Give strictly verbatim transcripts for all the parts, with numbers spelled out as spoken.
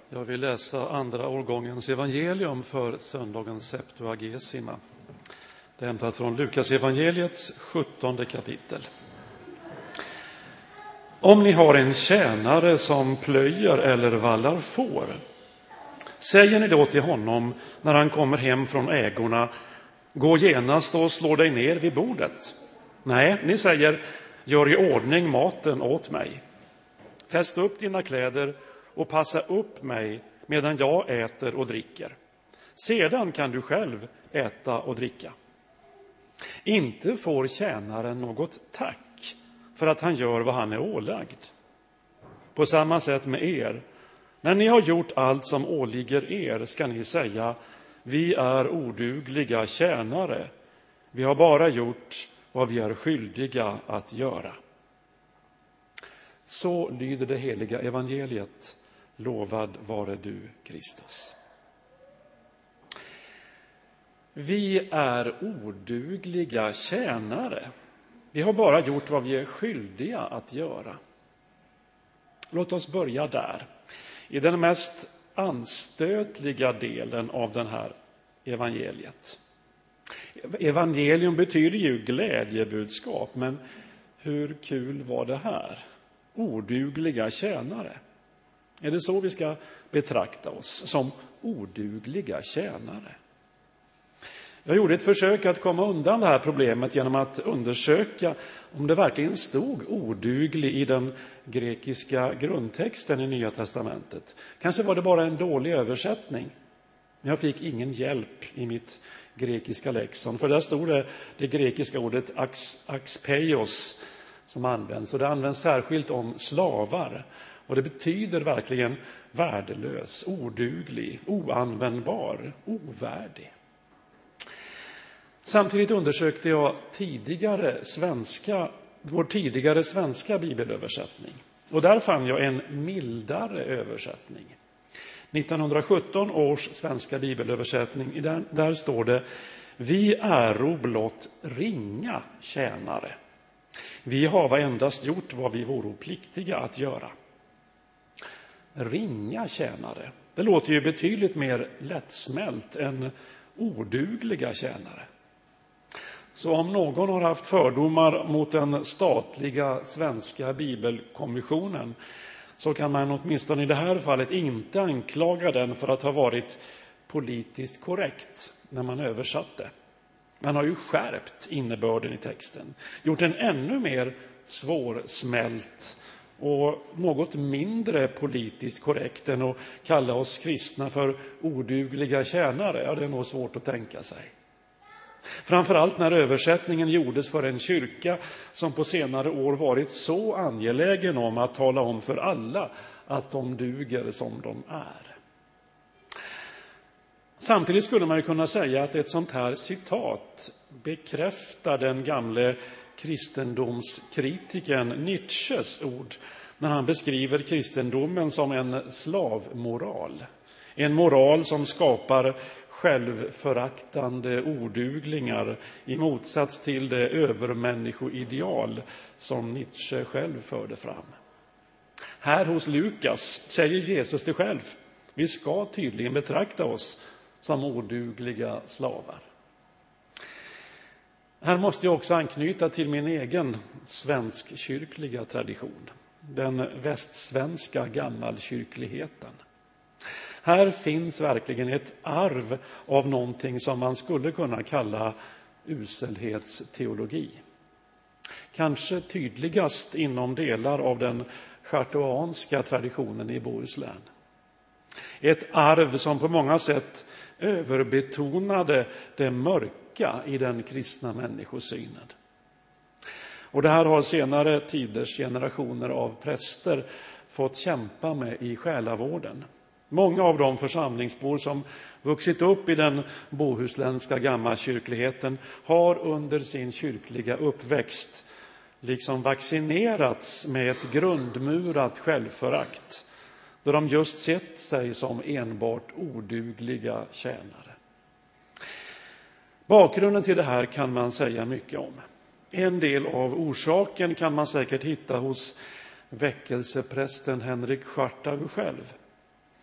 Jag vill läsa andra årgångens evangelium för söndagens Septuagesima. Det är hämtat från Lukas evangeliets sjuttonde kapitel. Om ni har en tjänare som plöjer eller vallar får, säger ni då till honom när han kommer hem från ägorna: gå genast och slå dig ner vid bordet? Nej, ni säger: gör i ordning maten åt mig. Fäst upp dina kläder och passa upp mig medan jag äter och dricker. Sedan kan du själv äta och dricka. Inte får tjänaren något tack för att han gör vad han är ålagd. På samma sätt med er. När ni har gjort allt som åligger er ska ni säga: vi är odugliga tjänare. Vi har bara gjort vad vi är skyldiga att göra. Så lyder det heliga evangeliet. Lovad vare du, Kristus. Vi är odugliga tjänare. Vi har bara gjort vad vi är skyldiga att göra. Låt oss börja där. I den mest anstötliga delen av den här evangeliet. Evangelium betyder ju glädjebudskap, men hur kul var det här? Odugliga tjänare. Är det så vi ska betrakta oss, som odugliga tjänare? Jag gjorde ett försök att komma undan det här problemet genom att undersöka om det verkligen stod oduglig i den grekiska grundtexten i Nya testamentet. Kanske var det bara en dålig översättning. Men jag fick ingen hjälp i mitt grekiska lexikon, för där stod det det grekiska ordet ax, axpeios som används. Och det används särskilt om slavar. Och det betyder verkligen värdelös, oduglig, oanvändbar, ovärdig. Samtidigt undersökte jag tidigare svenska, vår tidigare svenska bibelöversättning. Och där fann jag en mildare översättning. nittonhundrasjutton års svenska bibelöversättning, där, där står det: vi äro blott ringa tjänare. Vi har endast gjort vad vi vore pliktiga att göra. Ringa tjänare. Det låter ju betydligt mer lättsmält än odugliga tjänare. Så om någon har haft fördomar mot den statliga svenska bibelkommissionen, så kan man åtminstone i det här fallet inte anklaga den för att ha varit politiskt korrekt när man översatte. Man har ju skärpt innebörden i texten, gjort den ännu mer svårsmält och något mindre politiskt korrekt än att kalla oss kristna för odugliga tjänare. Ja, det är nog svårt att tänka sig. Framförallt när översättningen gjordes för en kyrka som på senare år varit så angelägen om att tala om för alla att de duger som de är. Samtidigt skulle man ju kunna säga att ett sånt här citat bekräftar den gamle kristendomskritikern Nietzsches ord när han beskriver kristendomen som en slavmoral. En moral som skapar självföraktande oduglingar i motsats till det övermänniskoideal som Nietzsche själv förde fram. Här hos Lukas säger Jesus det själv. Vi ska tydligen betrakta oss som odugliga slavar. Här måste jag också anknyta till min egen svenskkyrkliga tradition. Den västsvenska gammalkyrkligheten. Här finns verkligen ett arv av någonting som man skulle kunna kalla uselhetsteologi. Kanske tydligast inom delar av den schartauanska traditionen i Bohuslän. Ett arv som på många sätt överbetonade det mörka i den kristna människosynen. Och det här har senare tiders generationer av präster fått kämpa med i själavården. Många av de församlingsbor som vuxit upp i den bohuslänska gammalkyrkligheten har under sin kyrkliga uppväxt liksom vaccinerats med ett grundmurat självförakt, då de just sett sig som enbart odugliga tjänare. Bakgrunden till det här kan man säga mycket om. En del av orsaken kan man säkert hitta hos väckelseprästen Henrik Schartau själv.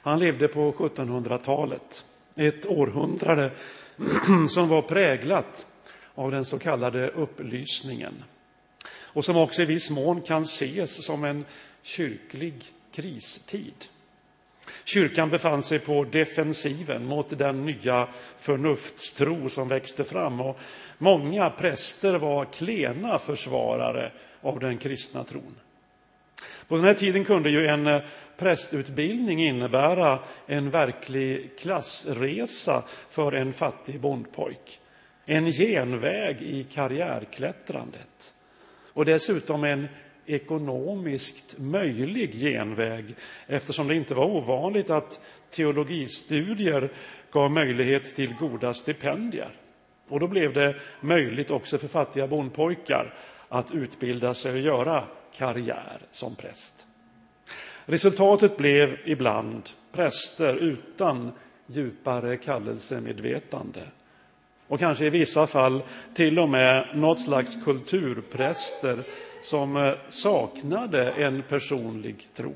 Han levde på sjuttonhundratalet. Ett århundrade som var präglat av den så kallade upplysningen. Och som också i viss mån kan ses som en kyrklig kristid. Kyrkan befann sig på defensiven mot den nya förnuftstro som växte fram. Och många präster var klena försvarare av den kristna tron. På den här tiden kunde ju en prästutbildning innebära en verklig klassresa för en fattig bondpojk. En genväg i karriärklättrandet. Och dessutom en ekonomiskt möjlig genväg, eftersom det inte var ovanligt att teologistudier gav möjlighet till goda stipendier. Och då blev det möjligt också för fattiga bondpojkar att utbilda sig och göra karriär som präst. Resultatet blev ibland präster utan djupare kallelsemedvetande. Och kanske i vissa fall till och med något slags kulturpräster som saknade en personlig tro.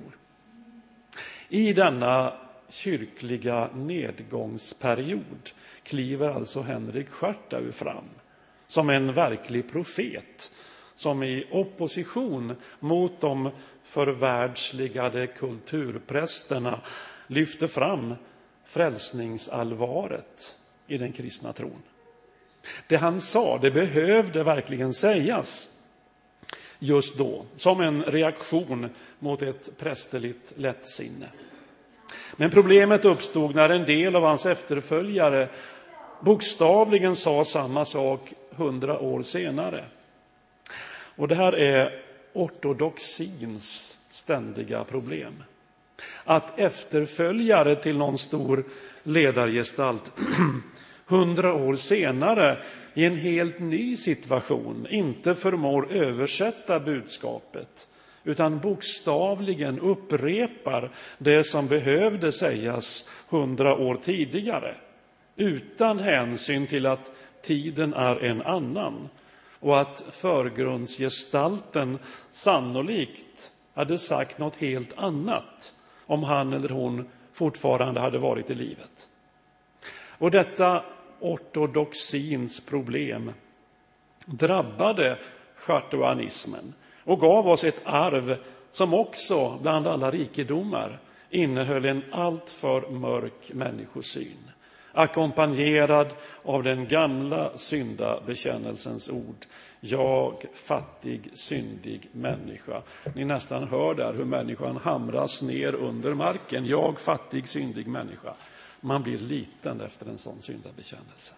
I denna kyrkliga nedgångsperiod kliver alltså Henrik Schartau fram som en verklig profet, som i opposition mot de förvärldsligade kulturprästerna lyfter fram frälsningsallvaret i den kristna tron. Det han sa, det behövde verkligen sägas just då, som en reaktion mot ett prästerligt lättsinne. Men problemet uppstod när en del av hans efterföljare bokstavligen sa samma sak hundra år senare. Och det här är ortodoxins ständiga problem. Att efterföljare till någon stor ledargestalt hundra år senare i en helt ny situation inte förmår översätta budskapet, utan bokstavligen upprepar det som behövde sägas hundra år tidigare, utan hänsyn till att tiden är en annan och att förgrundsgestalten sannolikt hade sagt något helt annat om han eller hon fortfarande hade varit i livet. Och detta ortodoxins problem drabbade schartauanismen och gav oss ett arv som också bland alla rikedomar innehöll en alltför mörk människosyn, ackompanjerad av den gamla syndabekännelsens ord: jag, fattig, syndig människa. Ni nästan hör där hur människan hamras ner under marken. Jag, fattig, syndig människa. Man blir liten efter en sån syndabekännelse.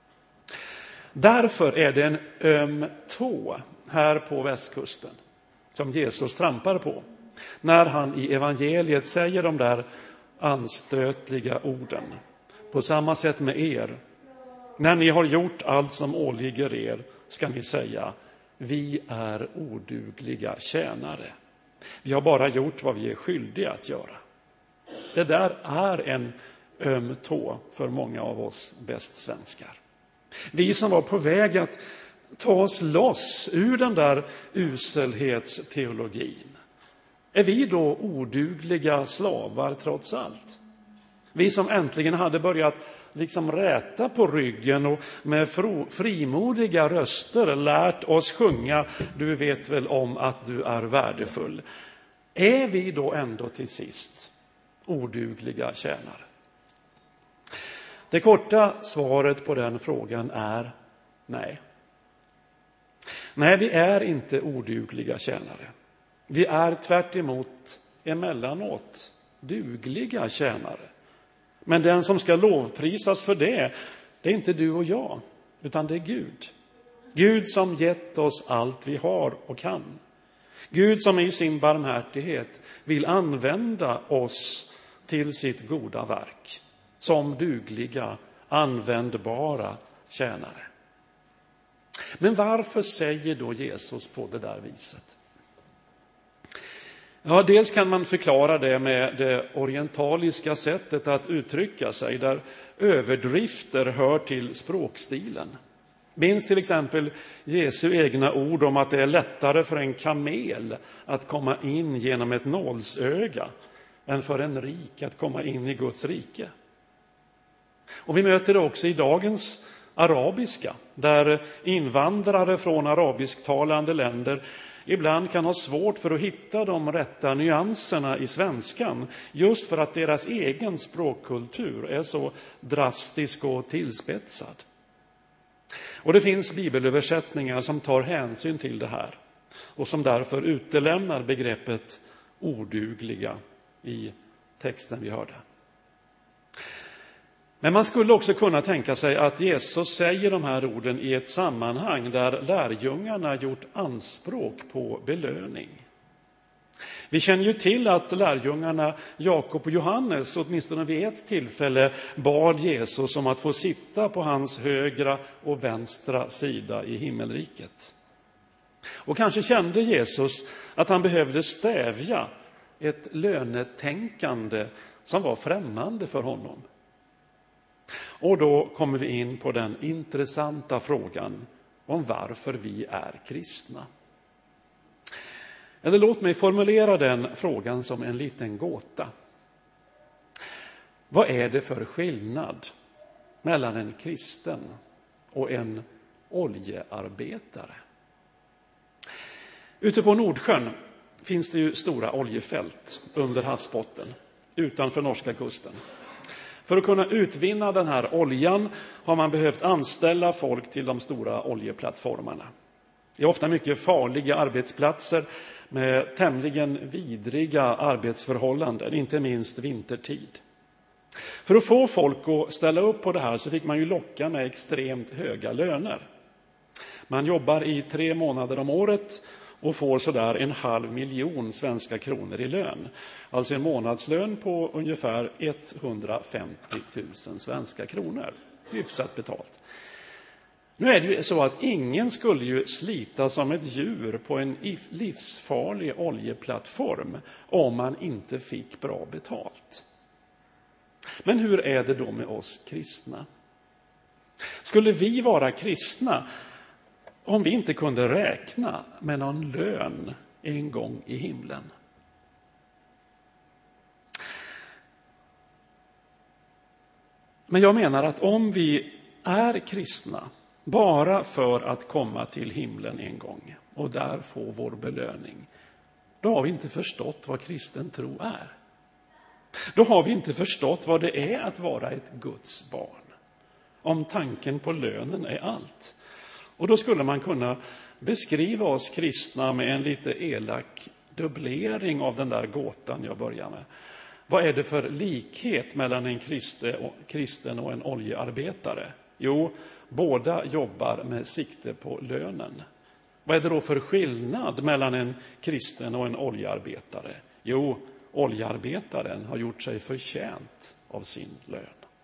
Därför är det en öm tå här på västkusten som Jesus trampar på när han i evangeliet säger de där anstötliga orden. På samma sätt med er. När ni har gjort allt som åligger er ska ni säga: vi är odugliga tjänare. Vi har bara gjort vad vi är skyldiga att göra. Det där är en öm tå för många av oss bästsvenskar. Vi som var på väg att ta oss loss ur den där uselhetsteologin. Är vi då odugliga slavar trots allt? Vi som äntligen hade börjat liksom räta på ryggen och med frimodiga röster lärt oss sjunga: du vet väl om att du är värdefull. Är vi då ändå till sist odugliga tjänare? Det korta svaret på den frågan är nej. Nej, vi är inte odugliga tjänare. Vi är tvärt emot emellanåt dugliga tjänare. Men den som ska lovprisas för det, det är inte du och jag, utan det är Gud. Gud som gett oss allt vi har och kan. Gud som i sin barmhärtighet vill använda oss till sitt goda verk. Som dugliga, användbara tjänare. Men varför säger då Jesus på det där viset? Ja, dels kan man förklara det med det orientaliska sättet att uttrycka sig, där överdrifter hör till språkstilen. Minns till exempel Jesu egna ord om att det är lättare för en kamel att komma in genom ett nålsöga än för en rik att komma in i Guds rike. Och vi möter det också i dagens arabiska, där invandrare från arabisktalande länder ibland kan ha svårt för att hitta de rätta nyanserna i svenskan, just för att deras egen språkkultur är så drastisk och tillspetsad. Och det finns bibelöversättningar som tar hänsyn till det här och som därför utelämnar begreppet odugliga i texten vi hörde. Men man skulle också kunna tänka sig att Jesus säger de här orden i ett sammanhang där lärjungarna gjort anspråk på belöning. Vi känner ju till att lärjungarna Jakob och Johannes åtminstone vid ett tillfälle bad Jesus om att få sitta på hans högra och vänstra sida i himmelriket. Och kanske kände Jesus att han behövde stävja ett lönetänkande som var främmande för honom. Och då kommer vi in på den intressanta frågan om varför vi är kristna. Eller låt mig formulera den frågan som en liten gåta. Vad är det för skillnad mellan en kristen och en oljearbetare? Ute på Nordsjön finns det ju stora oljefält under havsbotten utanför norska kusten. För att kunna utvinna den här oljan har man behövt anställa folk till de stora oljeplattformarna. Det är ofta mycket farliga arbetsplatser med tämligen vidriga arbetsförhållanden, inte minst vintertid. För att få folk att ställa upp på det här så fick man ju locka med extremt höga löner. Man jobbar i tre månader om året och får sådär en halv miljon svenska kronor i lön. Alltså en månadslön på ungefär etthundrafemtio tusen svenska kronor. Hyfsat betalt. Nu är det ju så att ingen skulle ju slita som ett djur på en livsfarlig oljeplattform om man inte fick bra betalt. Men hur är det då med oss kristna? Skulle vi vara kristna om vi inte kunde räkna med någon lön en gång i himlen? Men jag menar att om vi är kristna bara för att komma till himlen en gång och där få vår belöning, då har vi inte förstått vad kristen tro är. Då har vi inte förstått vad det är att vara ett Guds barn. Om tanken på lönen är allt. Och då skulle man kunna beskriva oss kristna med en lite elak dubblering av den där gåtan jag börjar med. Vad är det för likhet mellan en kristen och en oljearbetare? Jo, båda jobbar med sikte på lönen. Vad är det då för skillnad mellan en kristen och en oljearbetare? Jo, oljearbetaren har gjort sig förtjänt av sin lön.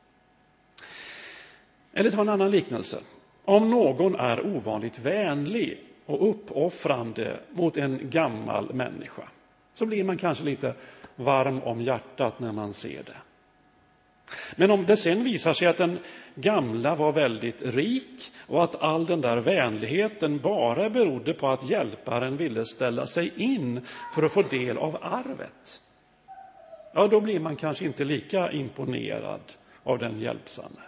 Eller ta en annan liknelse. Om någon är ovanligt vänlig och uppoffrande mot en gammal människa, så blir man kanske lite varm om hjärtat när man ser det. Men om det sen visar sig att den gamla var väldigt rik och att all den där vänligheten bara berodde på att hjälparen ville ställa sig in för att få del av arvet, ja, då blir man kanske inte lika imponerad av den hjälpsamme.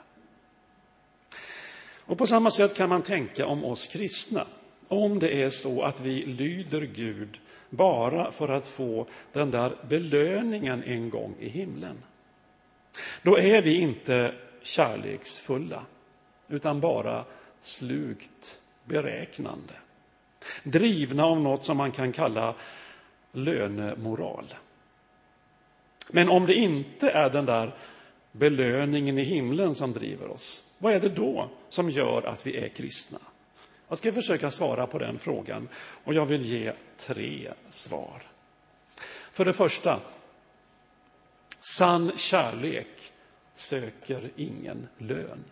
Och på samma sätt kan man tänka om oss kristna. Om det är så att vi lyder Gud bara för att få den där belöningen en gång i himlen, då är vi inte kärleksfulla utan bara slugt beräknande. Drivna av något som man kan kalla lönemoral. Men om det inte är den där belöningen i himlen som driver oss, vad är det då som gör att vi är kristna? Jag ska försöka svara på den frågan och jag vill ge tre svar. För det första, sann kärlek söker ingen lön.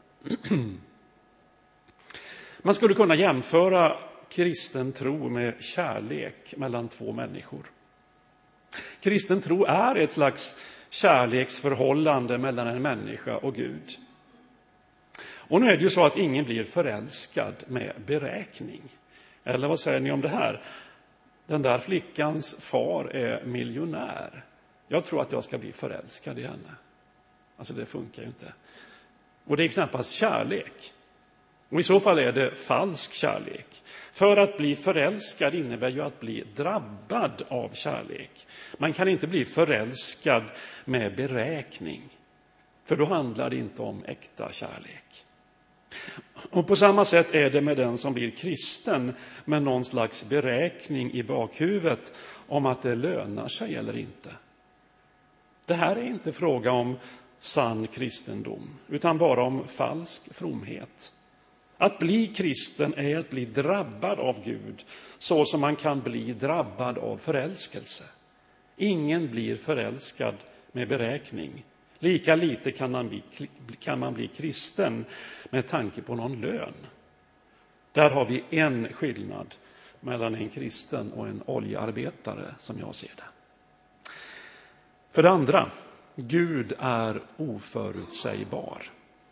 Man skulle kunna jämföra kristen tro med kärlek mellan två människor. Kristen tro är ett slags kärleksförhållande mellan en människa och Gud. Och nu är det ju så att ingen blir förälskad med beräkning. Eller vad säger ni om det här? Den där flickans far är miljonär. jag tror att jag ska bli förälskad i henne. Alltså det funkar ju inte. Och det är knappast kärlek. Och i så fall är det falsk kärlek. För att bli förälskad innebär ju att bli drabbad av kärlek. Man kan inte bli förälskad med beräkning. För då handlar det inte om äkta kärlek. Och på samma sätt är det med den som blir kristen med någon slags beräkning i bakhuvudet om att det lönar sig eller inte. Det här är inte fråga om sann kristendom, utan bara om falsk fromhet. Att bli kristen är att bli drabbad av Gud, så som man kan bli drabbad av förälskelse. Ingen blir förälskad med beräkning. Lika lite kan man bli, kan man bli kristen med tanke på någon lön. Där har vi en skillnad mellan en kristen och en oljearbetare, som jag ser det. För det andra, Gud är oförutsägbar.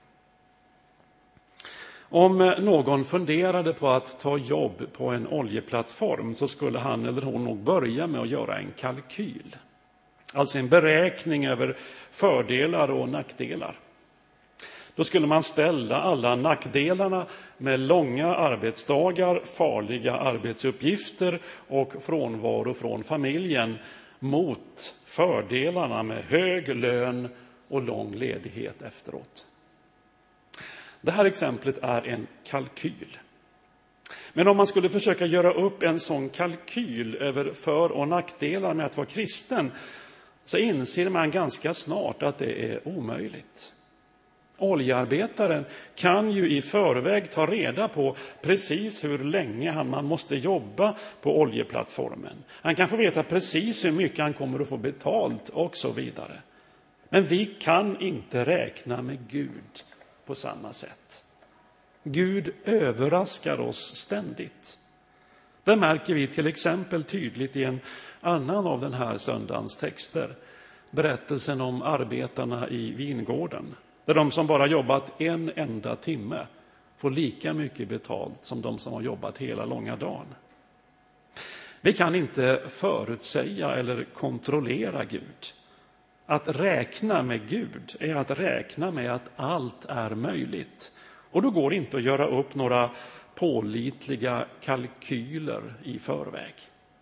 Om någon funderade på att ta jobb på en oljeplattform så skulle han eller hon nog börja med att göra en kalkyl. Alltså en beräkning över fördelar och nackdelar. Då skulle man ställa alla nackdelarna med långa arbetsdagar, farliga arbetsuppgifter och frånvaro från familjen mot fördelarna med hög lön och lång ledighet efteråt. Det här exemplet är en kalkyl. Men om man skulle försöka göra upp en sån kalkyl över för- och nackdelar med att vara kristen, så inser man ganska snart att det är omöjligt. Oljearbetaren kan ju i förväg ta reda på precis hur länge han man måste jobba på oljeplattformen. Han kan få veta precis hur mycket han kommer att få betalt och så vidare. Men vi kan inte räkna med Gud på samma sätt. Gud överraskar oss ständigt. Det märker vi till exempel tydligt i en annan av den här söndagens texter. Berättelsen om arbetarna i vingården. Där de som bara jobbat en enda timme får lika mycket betalt som de som har jobbat hela långa dagen. Vi kan inte förutsäga eller kontrollera Gud. Att räkna med Gud är att räkna med att allt är möjligt. Och då går det inte att göra upp några pålitliga kalkyler i förväg.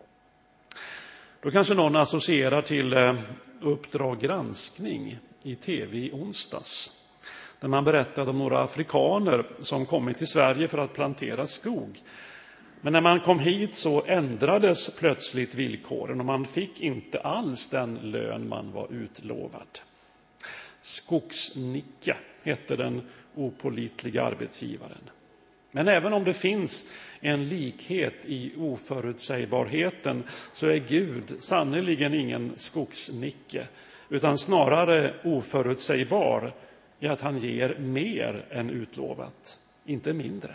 Då kanske någon associerar till Uppdrag granskning i tv i onsdags. Där man berättade om några afrikaner som kommit till Sverige för att plantera skog. Men när man kom hit så ändrades plötsligt villkoren och man fick inte alls den lön man var utlovad. Skogsnicke hette den opålitliga arbetsgivaren. Men även om det finns en likhet i oförutsägbarheten så är Gud sannoliken ingen skogsnicke, utan snarare oförutsägbar i att han ger mer än utlovat, inte mindre.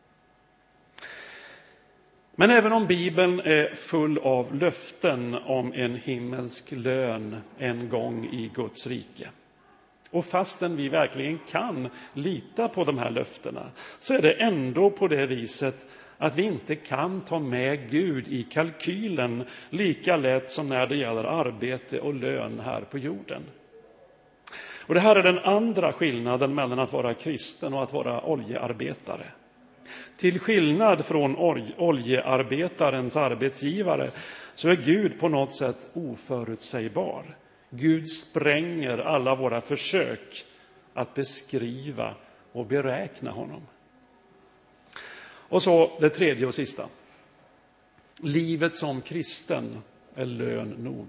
Men även om Bibeln är full av löften om en himmelsk lön en gång i Guds rike, och fastän vi verkligen kan lita på de här löftena, så är det ändå på det viset att vi inte kan ta med Gud i kalkylen lika lätt som när det gäller arbete och lön här på jorden. Och det här är den andra skillnaden mellan att vara kristen och att vara oljearbetare. Till skillnad från oljearbetarens arbetsgivare så är Gud på något sätt oförutsägbar. Gud spränger alla våra försök att beskriva och beräkna honom. Och så det tredje och sista. Livet som kristen är lön nog.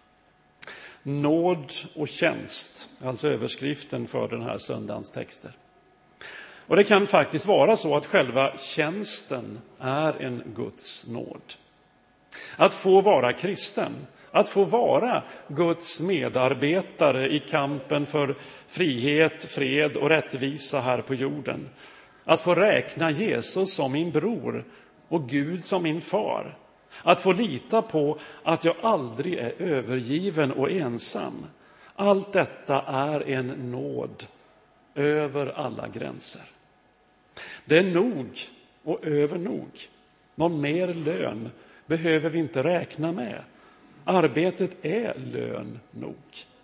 Nåd och tjänst, alltså överskriften för den här söndagens texter. Och det kan faktiskt vara så att själva tjänsten är en Guds nåd. Att få vara kristen, att få vara Guds medarbetare i kampen för frihet, fred och rättvisa här på jorden. Att få räkna Jesus som min bror och Gud som min far. Att få lita på att jag aldrig är övergiven och ensam. Allt detta är en nåd över alla gränser. Det är nog och över nog. Någon mer lön behöver vi inte räkna med. Arbetet är lön nog.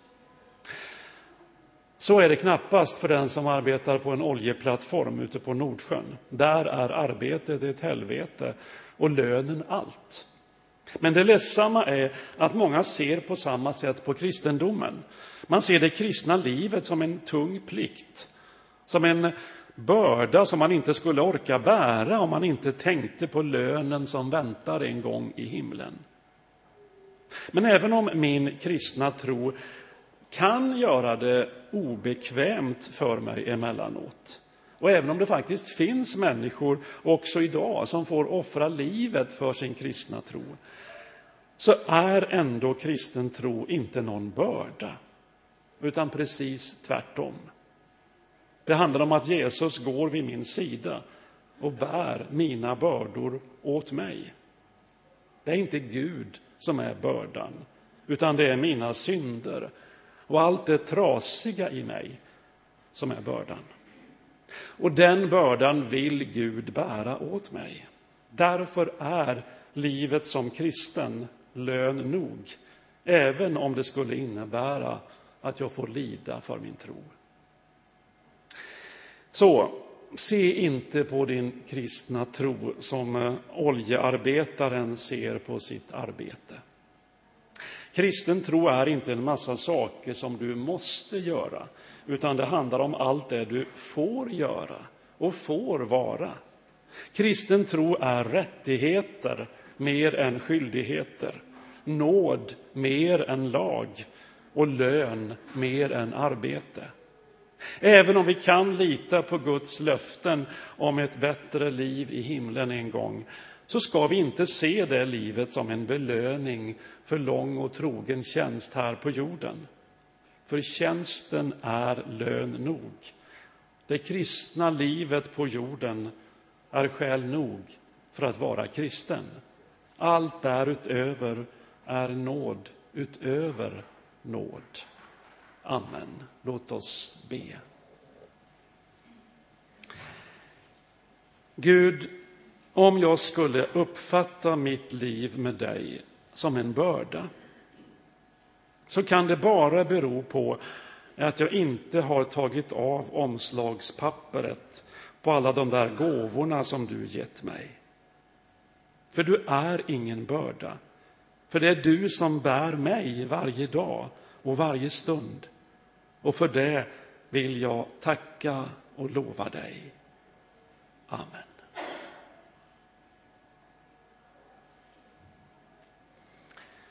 Så är det knappast för den som arbetar på en oljeplattform ute på Nordsjön. Där är arbetet ett helvete och lönen allt. Men det ledsamma är att många ser på samma sätt på kristendomen. Man ser det kristna livet som en tung plikt, som en börda som man inte skulle orka bära om man inte tänkte på lönen som väntar en gång i himlen. Men även om min kristna tro kan göra det obekvämt för mig emellanåt, och även om det faktiskt finns människor också idag som får offra livet för sin kristna tro, så är ändå kristen tro inte någon börda, utan precis tvärtom. Det handlar om att Jesus går vid min sida och bär mina bördor åt mig. Det är inte Gud som är bördan, utan det är mina synder och allt det trasiga i mig som är bördan. Och den bördan vill Gud bära åt mig. Därför är livet som kristen lön nog, även om det skulle innebära att jag får lida för min tro. Så, se inte på din kristna tro som oljearbetaren ser på sitt arbete. Kristen tro är inte en massa saker som du måste göra, utan det handlar om allt det du får göra och får vara. Kristen tro är rättigheter mer än skyldigheter, nåd mer än lag och lön mer än arbete. Även om vi kan lita på Guds löften om ett bättre liv i himlen en gång, så ska vi inte se det livet som en belöning för lång och trogen tjänst här på jorden. För tjänsten är lön nog. Det kristna livet på jorden är skäl nog för att vara kristen. Allt därutöver är nåd utöver nåd. Amen. Låt oss be. Gud, om jag skulle uppfatta mitt liv med dig som en börda, så kan det bara bero på att jag inte har tagit av omslagspappret på alla de där gåvorna som du gett mig. För du är ingen börda. För det är du som bär mig varje dag och varje stund. Och för det vill jag tacka och lova dig. Amen.